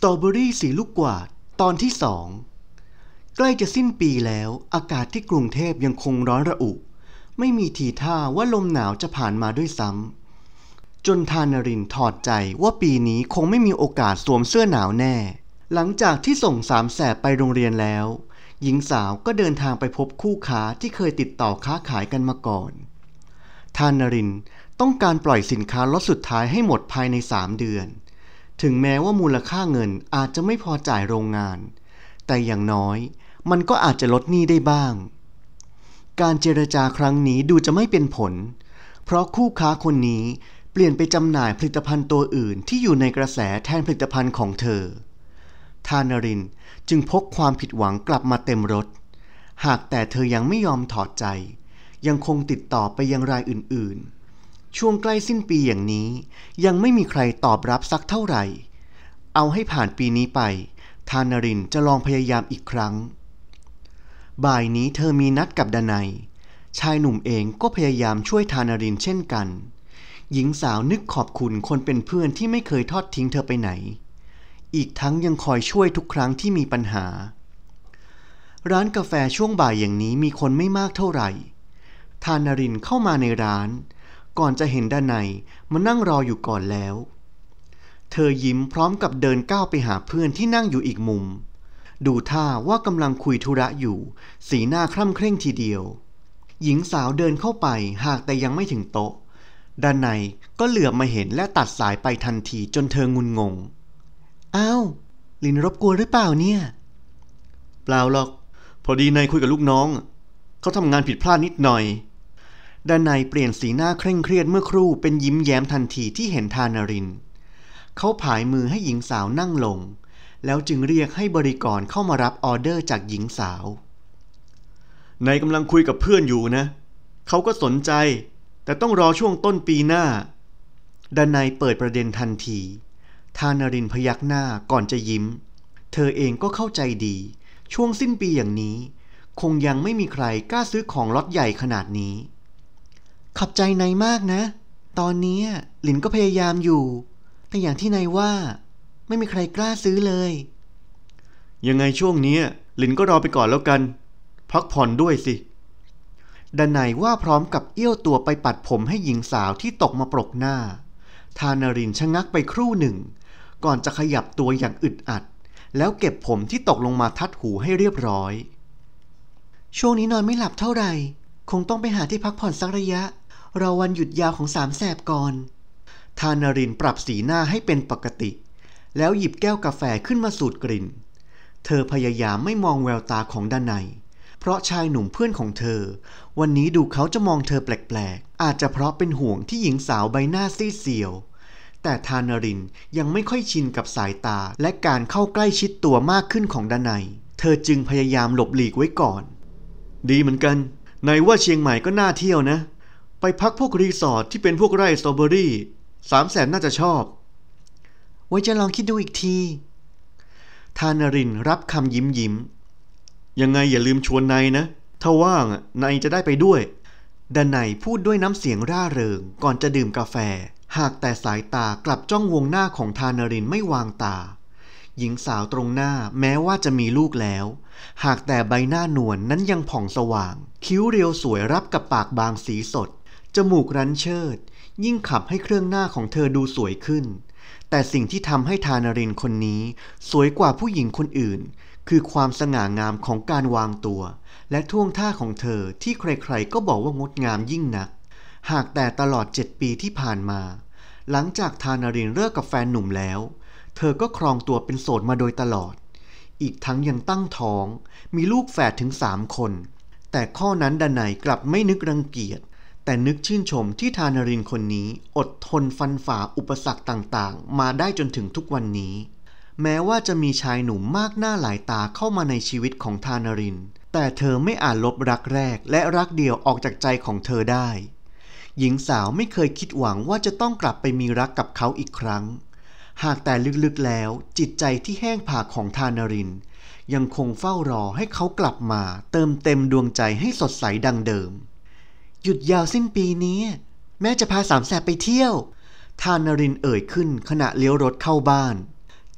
ตรอเบอรี่สีลูกกวาดตอนที่2ใกล้จะสิ้นปีแล้วอากาศที่กรุงเทพยังคงร้อนระอุไม่มีทีท่าว่าลมหนาวจะผ่านมาด้วยซ้ำจนธานรินถอดใจว่าปีนี้คงไม่มีโอกาสสวมเสื้อหนาวแน่หลังจากที่ส่งสามแสบไปโรงเรียนแล้วหญิงสาวก็เดินทางไปพบคู่ค้าที่เคยติดต่อค้าขายกันมาก่อนธานรินต้องการปล่อยสินค้าล็อตสุดท้ายให้หมดภายใน3 เดือนถึงแม้ว่ามูลค่าเงินอาจจะไม่พอจ่ายโรงงานแต่อย่างน้อยมันก็อาจจะลดหนี้ได้บ้างการเจรจาครั้งนี้ดูจะไม่เป็นผลเพราะคู่ค้าคนนี้เปลี่ยนไปจำหน่ายผลิตภัณฑ์ตัวอื่นที่อยู่ในกระแสแทนผลิตภัณฑ์ของเธอธานรินจึงพกความผิดหวังกลับมาเต็มรถหากแต่เธอยังไม่ยอมถอดใจยังคงติดต่อไปยังรายอื่นๆช่วงใกล้สิ้นปีอย่างนี้ยังไม่มีใครตอบรับสักเท่าไหร่เอาให้ผ่านปีนี้ไปธานรินจะลองพยายามอีกครั้งบ่ายนี้เธอมีนัดกับดนัยชายหนุ่มเองก็พยายามช่วยธานรินเช่นกันหญิงสาวนึกขอบคุณคนเป็นเพื่อนที่ไม่เคยทอดทิ้งเธอไปไหนอีกทั้งยังคอยช่วยทุกครั้งที่มีปัญหาร้านกาแฟช่วงบ่ายอย่างนี้มีคนไม่มากเท่าไหร่ธานรินเข้ามาในร้านก่อนจะเห็นดนัยมานั่งรออยู่ก่อนแล้วเธอยิ้มพร้อมกับเดินก้าวไปหาเพื่อนที่นั่งอยู่อีกมุมดูท่าว่ากำลังคุยธุระอยู่สีหน้าคร่ำเคร่งทีเดียวหญิงสาวเดินเข้าไปหากแต่ยังไม่ถึงโต๊ะดนัยก็เหลือบมาเห็นและตัดสายไปทันทีจนเธองุนงงอ้าวลินรบกวนหรือเปล่าเนี่ยเปล่าหรอกพอดีนายคุยกับลูกน้องเขาทำงานผิดพลาดนิดหน่อยดนัยเปลี่ยนสีหน้าเคร่งเครียดเมื่อครู่เป็นยิ้มแย้มทันทีที่เห็นธานรินเขาผายมือให้หญิงสาวนั่งลงแล้วจึงเรียกให้บริกรเข้ามารับออเดอร์จากหญิงสาวนายกำลังคุยกับเพื่อนอยู่นะเขาก็สนใจแต่ต้องรอช่วงต้นปีหน้าดนัยเปิดประเด็นทันทีธานรินพยักหน้าก่อนจะยิ้มเธอเองก็เข้าใจดีช่วงสิ้นปีอย่างนี้คงยังไม่มีใครกล้าซื้อของล็อตใหญ่ขนาดนี้ขอบใจนายมากนะตอนนี้หลินก็พยายามอยู่แต่อย่างที่นายว่าไม่มีใครกล้าซื้อเลยยังไงช่วงนี้หลินก็รอไปก่อนแล้วกันพักผ่อนด้วยสิดนัยว่าพร้อมกับเอี้ยวตัวไปปัดผมให้หญิงสาวที่ตกมาปรกหน้าธานรินชะงักไปครู่หนึ่งก่อนจะขยับตัวอย่างอึดอัดแล้วเก็บผมที่ตกลงมาทัดหูให้เรียบร้อยช่วงนี้นอนไม่หลับเท่าไหร่คงต้องไปหาที่พักผ่อนสักระยะรอวันหยุดยาวของสามแสบก่อนธานรินปรับสีหน้าให้เป็นปกติแล้วหยิบแก้วกาแฟขึ้นมาสูดกลิ่นเธอพยายามไม่มองแววตาของดนัยเพราะชายหนุ่มเพื่อนของเธอวันนี้ดูเขาจะมองเธอแปลกๆอาจจะเพราะเป็นห่วงที่หญิงสาวใบหน้าซีดเซียวแต่ธานรินยังไม่ค่อยชินกับสายตาและการเข้าใกล้ชิดตัวมากขึ้นของดนัยเธอจึงพยายามหลบหลีกไว้ก่อนดีเหมือนกันนายว่าเชียงใหม่ก็น่าเที่ยวนะไปพักพวกรีสอร์ทที่เป็นพวกไร่สตรอเบอรี่300,000น่าจะชอบไว้จะลองคิดดูอีกทีธานรินรับคำยิ้มยังไงอย่าลืมชวนนายนะถ้าว่างนายจะได้ไปด้วยดนัยพูดด้วยน้ำเสียงร่าเริงก่อนจะดื่มกาแฟหากแต่สายตากลับจ้องวงหน้าของธานรินไม่วางตาหญิงสาวตรงหน้าแม้ว่าจะมีลูกแล้วหากแต่ใบหน้านวล นั้นยังผ่องสว่างคิ้วเรียวสวยรับกับปากบางสีสดจมูกรั้นเชิดยิ่งขับให้เครื่องหน้าของเธอดูสวยขึ้นแต่สิ่งที่ทำให้ธานรินคนนี้สวยกว่าผู้หญิงคนอื่นคือความสง่างามของการวางตัวและท่วงท่าของเธอที่ใครๆก็บอกว่างดงามยิ่งนักหากแต่ตลอด7 ปีที่ผ่านมาหลังจากธานรินเลิกกับแฟนหนุ่มแล้วเธอก็ครองตัวเป็นโสดมาโดยตลอดอีกทั้งยังตั้งท้องมีลูกแฝดถึง3 คนแต่ข้อนั้นดนัยกลับไม่นึกรังเกียจแต่นึกชื่นชมที่ธานรินคนนี้อดทนฟันฝ่าอุปสรรคต่างๆมาได้จนถึงทุกวันนี้แม้ว่าจะมีชายหนุ่มมากหน้าหลายตาเข้ามาในชีวิตของธานรินแต่เธอไม่อาจลบรักแรกและรักเดียวออกจากใจของเธอได้หญิงสาวไม่เคยคิดหวังว่าจะต้องกลับไปมีรักกับเขาอีกครั้งหากแต่ลึกๆแล้วจิตใจที่แห้งผากของธานรินยังคงเฝ้ารอให้เขากลับมาเติมเต็มดวงใจให้สดใสดังเดิมหยุดยาวสิ้นปีนี้แม่จะพาสามแสบไปเที่ยวธานรินเอ่ยขึ้นขณะเลี้ยวรถเข้าบ้าน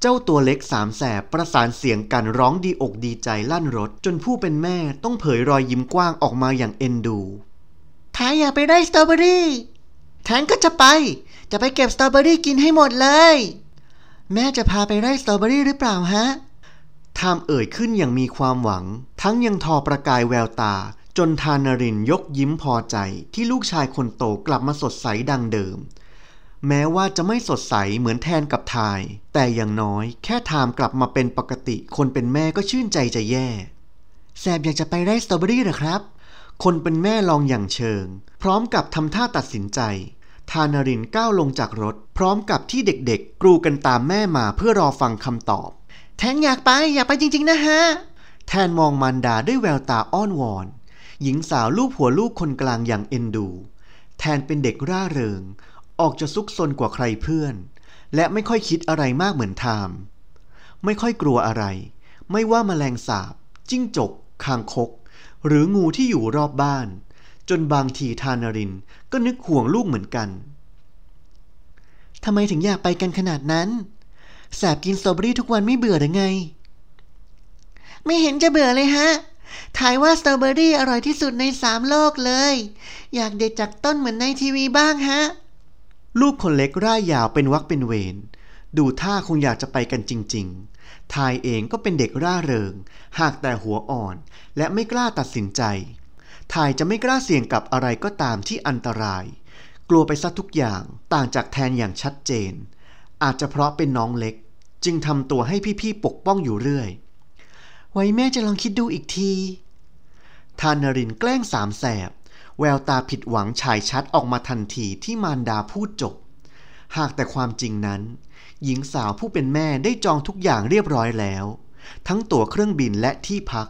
เจ้าตัวเล็กสามแสบประสานเสียงกันร้องดีอกดีใจลั่นรถจนผู้เป็นแม่ต้องเผยรอยยิ้มกว้างออกมาอย่างเอ็นดูถ้าอยากไปได้สตรอเบอรี่แทนก็จะไปเก็บสตรอเบอรี่กินให้หมดเลยแม่จะพาไปไร่สตรอเบอรี่หรือเปล่าฮะทามเอ่ยขึ้นอย่างมีความหวังทั้งยังทอประกายแววตาจนธานรินยกยิ้มพอใจที่ลูกชายคนโตกลับมาสดใสดังเดิมแม้ว่าจะไม่สดใสเหมือนแทนกับทายแต่อย่างน้อยแค่ทามกลับมาเป็นปกติคนเป็นแม่ก็ชื่นใจจะแย่แสบอยากจะไปไร่สตรอเบอรี่เหรอครับคนเป็นแม่ลองอย่างเชิงพร้อมกับทำท่าตัดสินใจธานรินก้าวลงจากรถพร้อมกับที่เด็กๆกรูกันตามแม่มาเพื่อรอฟังคำตอบแทนอยากไปจริงๆนะฮะแทนมองมารดาด้วยแววตาอ้อนวอนหญิงสาวลูบหัวลูกคนกลางอย่างเอ็นดูแทนเป็นเด็กร่าเริงออกจะซุกซนกว่าใครเพื่อนและไม่ค่อยคิดอะไรมากเหมือนทามไม่ค่อยกลัวอะไรไม่ว่าแมลงสาบจิ้งจกคางคกหรืองูที่อยู่รอบบ้านจนบางทีธานรินก็นึกห่วงลูกเหมือนกันทำไมถึงอยากไปกันขนาดนั้นแสบกินสตรอเบอรี่ทุกวันไม่เบื่อหรือไงไม่เห็นจะเบื่อเลยฮะถ่ายว่าสตรอเบอรี่อร่อยที่สุดใน3โลกเลยอยากเด็ดจากต้นเหมือนในทีวีบ้างฮะลูกคนเล็กร่ายยาวเป็นวรรคเป็นเวรดูท่าคงอยากจะไปกันจริงๆทายเองก็เป็นเด็กร่าเริงหากแต่หัวอ่อนและไม่กล้าตัดสินใจทายจะไม่กล้าเสี่ยงกับอะไรก็ตามที่อันตรายกลัวไปซะทุกอย่างต่างจากแทนอย่างชัดเจนอาจจะเพราะเป็นน้องเล็กจึงทำตัวให้พี่ๆปกป้องอยู่เรื่อยไว้แม่จะลองคิดดูอีกทีธานรินแกล้งสามแสบแววตาผิดหวังฉายชัดออกมาทันทีที่มารดาพูดจบหากแต่ความจริงนั้นหญิงสาวผู้เป็นแม่ได้จองทุกอย่างเรียบร้อยแล้วทั้งตั๋วเครื่องบินและที่พัก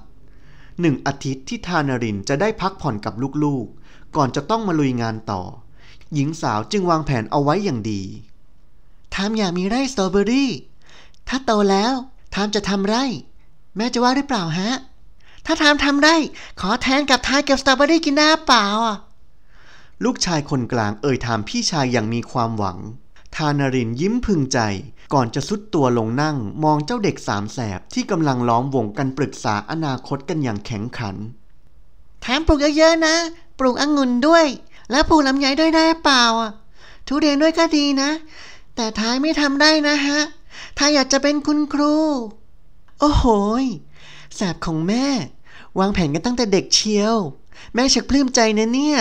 1 อาทิตย์ที่ธานรินจะได้พักผ่อนกับลูกๆก่อนจะต้องมาลุยงานต่อหญิงสาวจึงวางแผนเอาไว้อย่างดีทามอยากมีไร่สตรอเบอรี่ถ้าโตแล้วทามจะทำไร่แม่จะว่าหรือเปล่าฮะถ้าทามทำไร่ขอแทนกับทายเก็บสตรอเบอรี่กินได้เปล่าลูกชายคนกลางเอ่ยถามพี่ชายอย่างมีความหวังธานรินยิ้มพึงใจก่อนจะซุดตัวลงนั่งมองเจ้าเด็กสามแสบที่กำลังล้อมวงกันปรึกษาอนาคตกันอย่างแข็งขันแถมปลูกเยอะๆนะปลูกองุ่นด้วยและปลูกลำไยด้วยได้เปล่าทุเรียนด้วยก็ดีนะแต่ท้ายไม่ทำได้นะฮะถ้าอยากจะเป็นคุณครูโอ้โหแสบของแม่วางแผนกันตั้งแต่เด็กเชียวแม่ชักปลื้มใจนะเนี่ย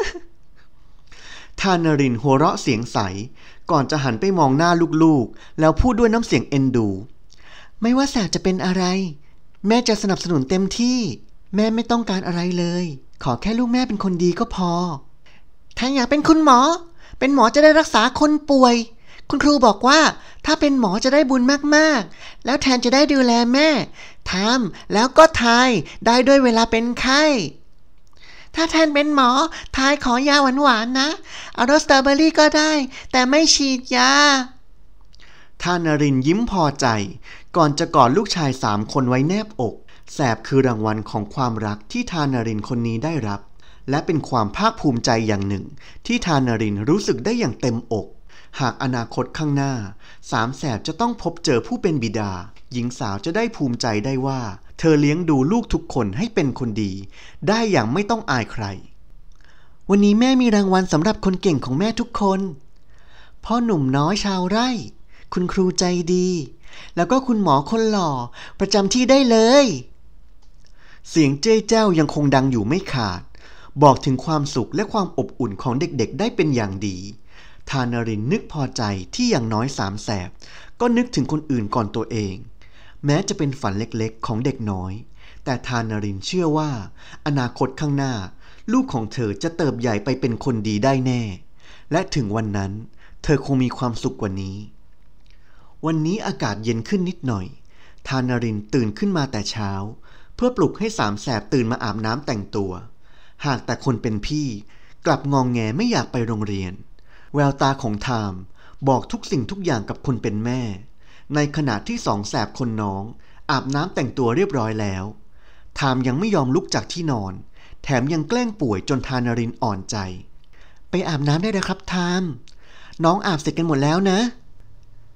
ธานรินหัวเราะเสียงใสก่อนจะหันไปมองหน้าลูกๆแล้วพูดด้วยน้ำเสียงเอ็นดูไม่ว่าแสบจะเป็นอะไรแม่จะสนับสนุนเต็มที่แม่ไม่ต้องการอะไรเลยขอแค่ลูกแม่เป็นคนดีก็พอถ้าอยากเป็นคุณหมอเป็นหมอจะได้รักษาคนป่วยคุณครูบอกว่าถ้าเป็นหมอจะได้บุญมากๆแล้วแทนจะได้ดูแลแม่ทำแล้วก็ทายได้ด้วยเวลาเป็นไข้ถ้าแทนเป็นหมอทายขอยาหวานๆนะเอารสสตรอเบอรี่ก็ได้แต่ไม่ฉีดยาธานรินยิ้มพอใจก่อนจะกอดลูกชาย3 คนไว้แนบอกแสบคือรางวัลของความรักที่ธานรินคนนี้ได้รับและเป็นความภาคภูมิใจอย่างหนึ่งที่ธานรินรู้สึกได้อย่างเต็มอกหากอนาคตข้างหน้าสามแสบจะต้องพบเจอผู้เป็นบิดาหญิงสาวจะได้ภูมิใจได้ว่าเธอเลี้ยงดูลูกทุกคนให้เป็นคนดีได้อย่างไม่ต้องอายใครวันนี้แม่มีรางวัลสำหรับคนเก่งของแม่ทุกคนพ่อหนุ่มน้อยชาวไร่คุณครูใจดีแล้วก็คุณหมอคนหล่อประจำที่ได้เลยเสียงเจ้ยแจ้วยังคงดังอยู่ไม่ขาดบอกถึงความสุขและความอบอุ่นของเด็กๆได้เป็นอย่างดีธานรินนึกพอใจที่อย่างน้อยสามแสบก็นึกถึงคนอื่นก่อนตัวเองแม้จะเป็นฝันเล็กๆของเด็กน้อยแต่ธานรินเชื่อว่าอนาคตข้างหน้าลูกของเธอจะเติบใหญ่ไปเป็นคนดีได้แน่และถึงวันนั้นเธอคงมีความสุขกว่านี้วันนี้อากาศเย็นขึ้นนิดหน่อยธานรินตื่นขึ้นมาแต่เช้าเพื่อปลุกให้สามแสบตื่นมาอาบน้ำแต่งตัวหากแต่คนเป็นพี่กลับงองแงไม่อยากไปโรงเรียนแววตาของไทม์บอกทุกสิ่งทุกอย่างกับคนเป็นแม่ในขณะที่2 แสบคนน้องอาบน้ำแต่งตัวเรียบร้อยแล้วไทม์ยังไม่ยอมลุกจากที่นอนแถมยังแกล้งป่วยจนธานรินอ่อนใจไปอาบน้ำได้แล้วครับไทม์น้องอาบเสร็จกันหมดแล้วนะไท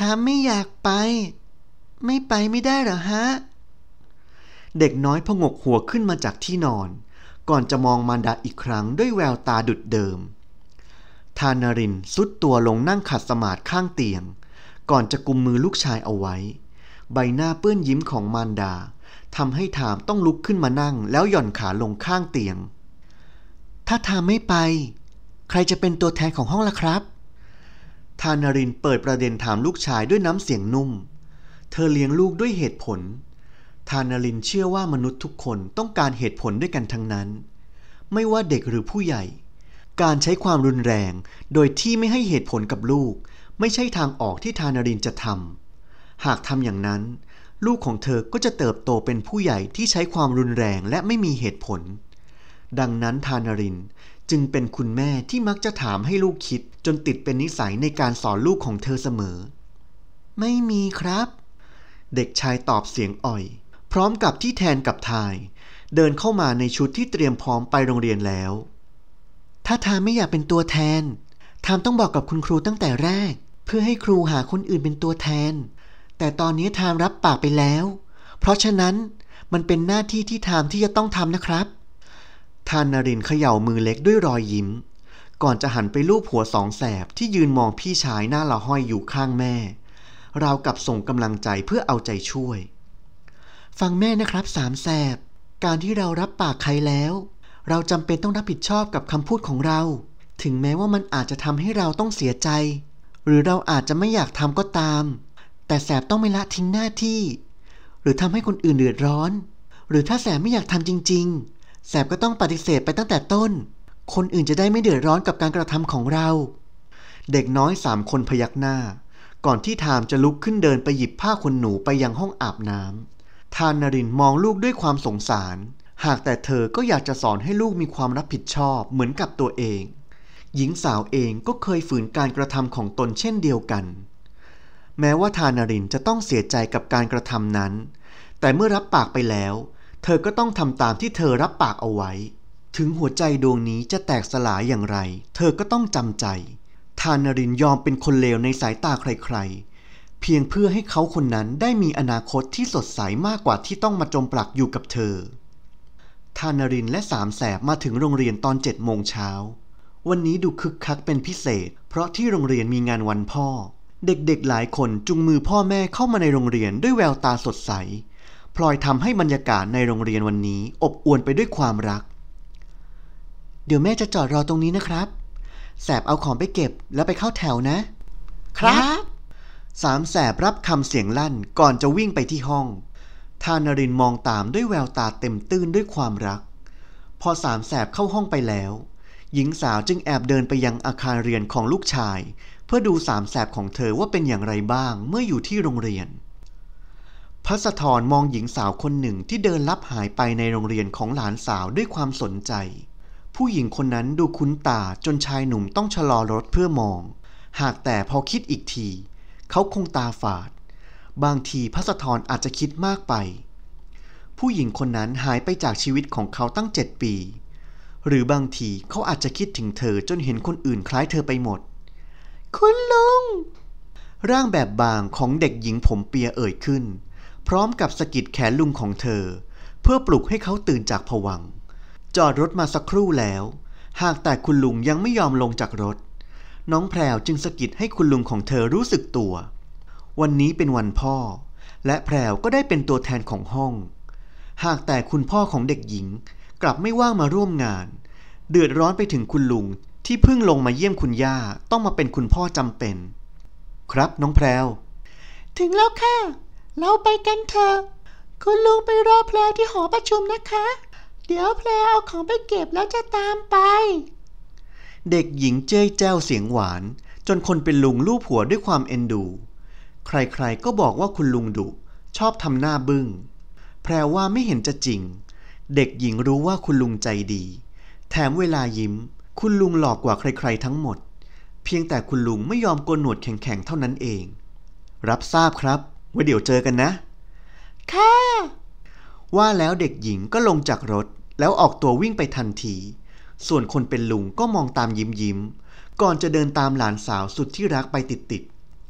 ามไม่อยากไปไม่ไปไม่ได้เหรอฮะเด็กน้อยผงกหัวขึ้นมาจากที่นอนก่อนจะมองมารดาอีกครั้งด้วยแววตาดุจเดิมธานารินทรุดตัวลงนั่งขัดสมาธิข้างเตียงก่อนจะกุมมือลูกชายเอาไว้ใบหน้าเปื้อนยิ้มของมารดาทำให้ทามต้องลุกขึ้นมานั่งแล้วหย่อนขาลงข้างเตียงถ้าทามไม่ไปใครจะเป็นตัวแทนของห้องล่ะครับธานารินเปิดประเด็นถามลูกชายด้วยน้ำเสียงนุ่มเธอเลี้ยงลูกด้วยเหตุผลธานารินเชื่อว่ามนุษย์ทุกคนต้องการเหตุผลด้วยกันทั้งนั้นไม่ว่าเด็กหรือผู้ใหญ่การใช้ความรุนแรงโดยที่ไม่ให้เหตุผลกับลูกไม่ใช่ทางออกที่ธานารินจะทำหากทำอย่างนั้นลูกของเธอก็จะเติบโตเป็นผู้ใหญ่ที่ใช้ความรุนแรงและไม่มีเหตุผลดังนั้นธานารินจึงเป็นคุณแม่ที่มักจะถามให้ลูกคิดจนติดเป็นนิสัยในการสอนลูกของเธอเสมอไม่มีครับเด็กชายตอบเสียงอ่อยพร้อมกับที่แทนกับทายเดินเข้ามาในชุดที่เตรียมพร้อมไปโรงเรียนแล้วถ้าทามไม่อยากเป็นตัวแทนทามต้องบอกกับคุณครูตั้งแต่แรกเพื่อให้ครูหาคนอื่นเป็นตัวแทนแต่ตอนนี้ทามรับปากไปแล้วเพราะฉะนั้นมันเป็นหน้าที่ที่ทามที่จะต้องทำนะครับธานารินเขย่ามือเล็กด้วยรอยยิ้มก่อนจะหันไปลูบหัวสองแสบที่ยืนมองพี่ชายหน้าละห้อยอยู่ข้างแม่ราวกับส่งกำลังใจเพื่อเอาใจช่วยฟังแม่นะครับสามแสบการที่เรารับปากใครแล้วเราจำเป็นต้องรับผิดชอบกับคำพูดของเราถึงแม้ว่ามันอาจจะทำให้เราต้องเสียใจหรือเราอาจจะไม่อยากทำก็ตามแต่แสบต้องไม่ละทิ้งหน้าที่หรือทำให้คนอื่นเดือดร้อนหรือถ้าแสบไม่อยากทำจริงๆแสบก็ต้องปฏิเสธไปตั้งแต่ต้นคนอื่นจะได้ไม่เดือดร้อนกับการกระทำของเราเด็กน้อย3 คนพยักหน้าก่อนที่ทามจะลุกขึ้นเดินไปหยิบผ้าขนหนูไปยังห้องอาบน้ำธานารินมองลูกด้วยความสงสารหากแต่เธอก็อยากจะสอนให้ลูกมีความรับผิดชอบเหมือนกับตัวเองหญิงสาวเองก็เคยฝืนการกระทำของตนเช่นเดียวกันแม้ว่าธานารินจะต้องเสียใจกับการกระทำนั้นแต่เมื่อรับปากไปแล้วเธอก็ต้องทำตามที่เธอรับปากเอาไว้ถึงหัวใจดวงนี้จะแตกสลายอย่างไรเธอก็ต้องจำใจธานารินยอมเป็นคนเลวในสายตาใครๆเพียงเพื่อให้เขาคนนั้นได้มีอนาคตที่สดใสมากกว่าที่ต้องมาจมปลักอยู่กับเธอธานารินและสามแสบมาถึงโรงเรียนตอน7 โมงเช้าวันนี้ดูคึกคักเป็นพิเศษเพราะที่โรงเรียนมีงานวันพ่อเด็กๆหลายคนจุงมือพ่อแม่เข้ามาในโรงเรียนด้วยแววตาสดใสพลอยทำให้บรรยากาศในโรงเรียนวันนี้อบอวลไปด้วยความรักเดี๋ยวแม่จะจอดรอตรงนี้นะครับแสบเอาของไปเก็บแล้วไปเข้าแถวนะครับสามแสบรับคำเสียงลั่นก่อนจะวิ่งไปที่ห้องธานารินมองตามด้วยแววตาเต็มตื้นด้วยความรักพอสามแสบเข้าห้องไปแล้วหญิงสาวจึงแอบเดินไปยังอาคารเรียนของลูกชายเพื่อดูสามแสบของเธอว่าเป็นอย่างไรบ้างเมื่ออยู่ที่โรงเรียนภัสธรมองหญิงสาวคนหนึ่งที่เดินลับหายไปในโรงเรียนของหลานสาวด้วยความสนใจผู้หญิงคนนั้นดูคุ้นตาจนชายหนุ่มต้องชะลอรถเพื่อมองหากแต่พอคิดอีกทีเขาคงตาฝาดบางทีภัสธรอาจจะคิดมากไปผู้หญิงคนนั้นหายไปจากชีวิตของเขาตั้ง7 ปีหรือบางทีเขาอาจจะคิดถึงเธอจนเห็นคนอื่นคล้ายเธอไปหมดคุณลุงร่างแบบบางของเด็กหญิงผมเปียเอ่ยขึ้นพร้อมกับสะกิดแขนลุงของเธอเพื่อปลุกให้เขาตื่นจากภวังค์จอดรถมาสักครู่แล้วหากแต่คุณลุงยังไม่ยอมลงจากรถน้องแพรวจึงสะกิดให้คุณลุงของเธอรู้สึกตัววันนี้เป็นวันพ่อและแพรวก็ได้เป็นตัวแทนของห้องหากแต่คุณพ่อของเด็กหญิงกลับไม่ว่างมาร่วมงานเดือดร้อนไปถึงคุณลุงที่เพิ่งลงมาเยี่ยมคุณย่าต้องมาเป็นคุณพ่อจำเป็นครับน้องแพรวถึงแล้วค่ะเราไปกันเถอะคุณลุงไปรอแพรวที่หอประชุมนะคะเดี๋ยวแพรวเอาของไปเก็บแล้วจะตามไปเด็กหญิงเจ้ยแจ้วเสียงหวานจนคนเป็นลุงลูบหัวด้วยความเอ็นดูใครๆก็บอกว่าคุณลุงดุชอบทำหน้าบึ้งแพรวว่าไม่เห็นจะจริงเด็กหญิงรู้ว่าคุณลุงใจดีแถมเวลายิ้มคุณลุงหลอกกว่าใครๆทั้งหมดเพียงแต่คุณลุงไม่ยอมโกนหนวดแข็งๆเท่านั้นเองรับทราบครับว่าเดี๋ยวเจอกันนะค่ะว่าแล้วเด็กหญิงก็ลงจากรถแล้วออกตัววิ่งไปทันทีส่วนคนเป็นลุงก็มองตามยิ้มก่อนจะเดินตามหลานสาวสุดที่รักไปติด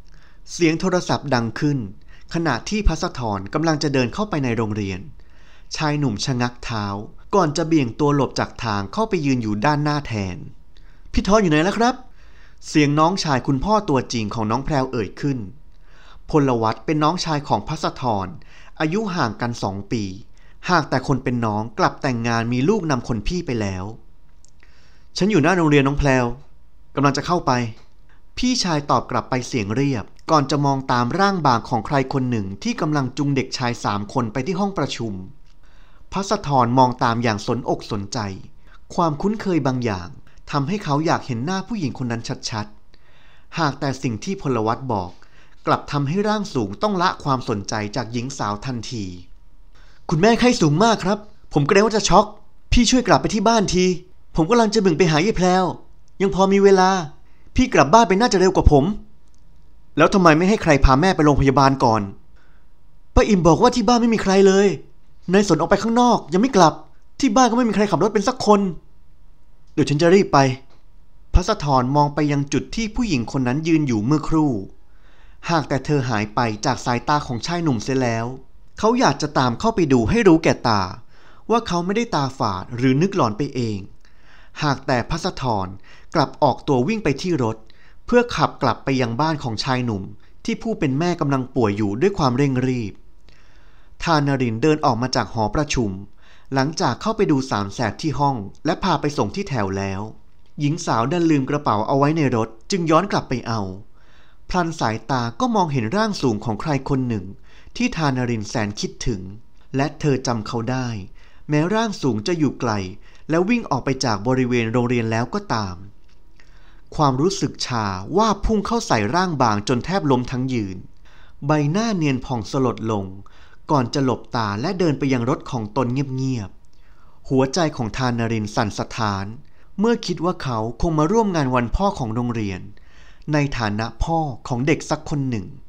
เสียงโทรศัพท์ดังขึ้นขณะที่ภัสธรกำลังจะเดินเข้าไปในโรงเรียนชายหนุ่มชะงักเท้าก่อนจะเบี่ยงตัวหลบจากทางเข้าไปยืนอยู่ด้านหน้าแทนพี่ทอนอยู่ไหนแล้วครับเสียงน้องชายคุณพ่อตัวจริงของน้องแพรวเอ่ยขึ้นพลวัตเป็นน้องชายของภัสธรอายุห่างกัน2 ปีหากแต่คนเป็นน้องกลับแต่งงานมีลูกนำคนพี่ไปแล้วฉันอยู่หน้าโรงเรียนน้องแพรวกำลังจะเข้าไปพี่ชายตอบกลับไปเสียงเรียบก่อนจะมองตามร่างบางของใครคนหนึ่งที่กำลังจุงเด็กชาย3 คนไปที่ห้องประชุมภัสธรมองตามอย่างสนอกสนใจความคุ้นเคยบางอย่างทำให้เขาอยากเห็นหน้าผู้หญิงคนนั้นชัดๆหากแต่สิ่งที่พลวัตบอกกลับทำให้ร่างสูงต้องละความสนใจจากหญิงสาวทันทีคุณแม่ไข้สูงมากครับผมเกรงว่าจะช็อกพี่ช่วยกลับไปที่บ้านทีผมกำลังจะบึ่งไปหายายแพรวยังพอมีเวลาพี่กลับบ้านไปน่าจะเร็วกว่าผมแล้วทำไมไม่ให้ใครพาแม่ไปโรงพยาบาลก่อนป้าอิ่มบอกว่าที่บ้านไม่มีใครเลยนายสนออกไปข้างนอกยังไม่กลับที่บ้านก็ไม่มีใครขับรถเป็นสักคนเดี๋ยวฉันจะรีบไปภัสธรมองไปยังจุดที่ผู้หญิงคนนั้นยืนอยู่เมื่อครู่หากแต่เธอหายไปจากสายตาของชายหนุ่มเสียแล้วเขาอยากจะตามเข้าไปดูให้รู้แก่ตาว่าเขาไม่ได้ตาฝาดหรือนึกหลอนไปเองหากแต่ภัสธรกลับออกตัววิ่งไปที่รถเพื่อขับกลับไปยังบ้านของชายหนุ่มที่ผู้เป็นแม่กำลังป่วยอยู่ด้วยความเร่งรีบธานรินเดินออกมาจากหอประชุมหลังจากเข้าไปดูสามแสบที่ห้องและพาไปส่งที่แถวแล้วหญิงสาวดันลืมกระเป๋าเอาไว้ในรถจึงย้อนกลับไปเอาพลันสายตาก็มองเห็นร่างสูงของใครคนหนึ่งที่ธานรินแสนคิดถึงและเธอจำเขาได้แม้ร่างสูงจะอยู่ไกลแล้ววิ่งออกไปจากบริเวณโรงเรียนแล้วก็ตามความรู้สึกชาว่าพุ่งเข้าใส่ร่างบางจนแทบล้มทั้งยืนใบหน้าเนียนผ่องสลดลงก่อนจะหลบตาและเดินไปยังรถของตนเงียบๆหัวใจของธานรินสั่นสะท้านเมื่อคิดว่าเขาคงมาร่วมงานวันพ่อของโรงเรียนในฐานะพ่อของเด็กสักคนหนึ่ง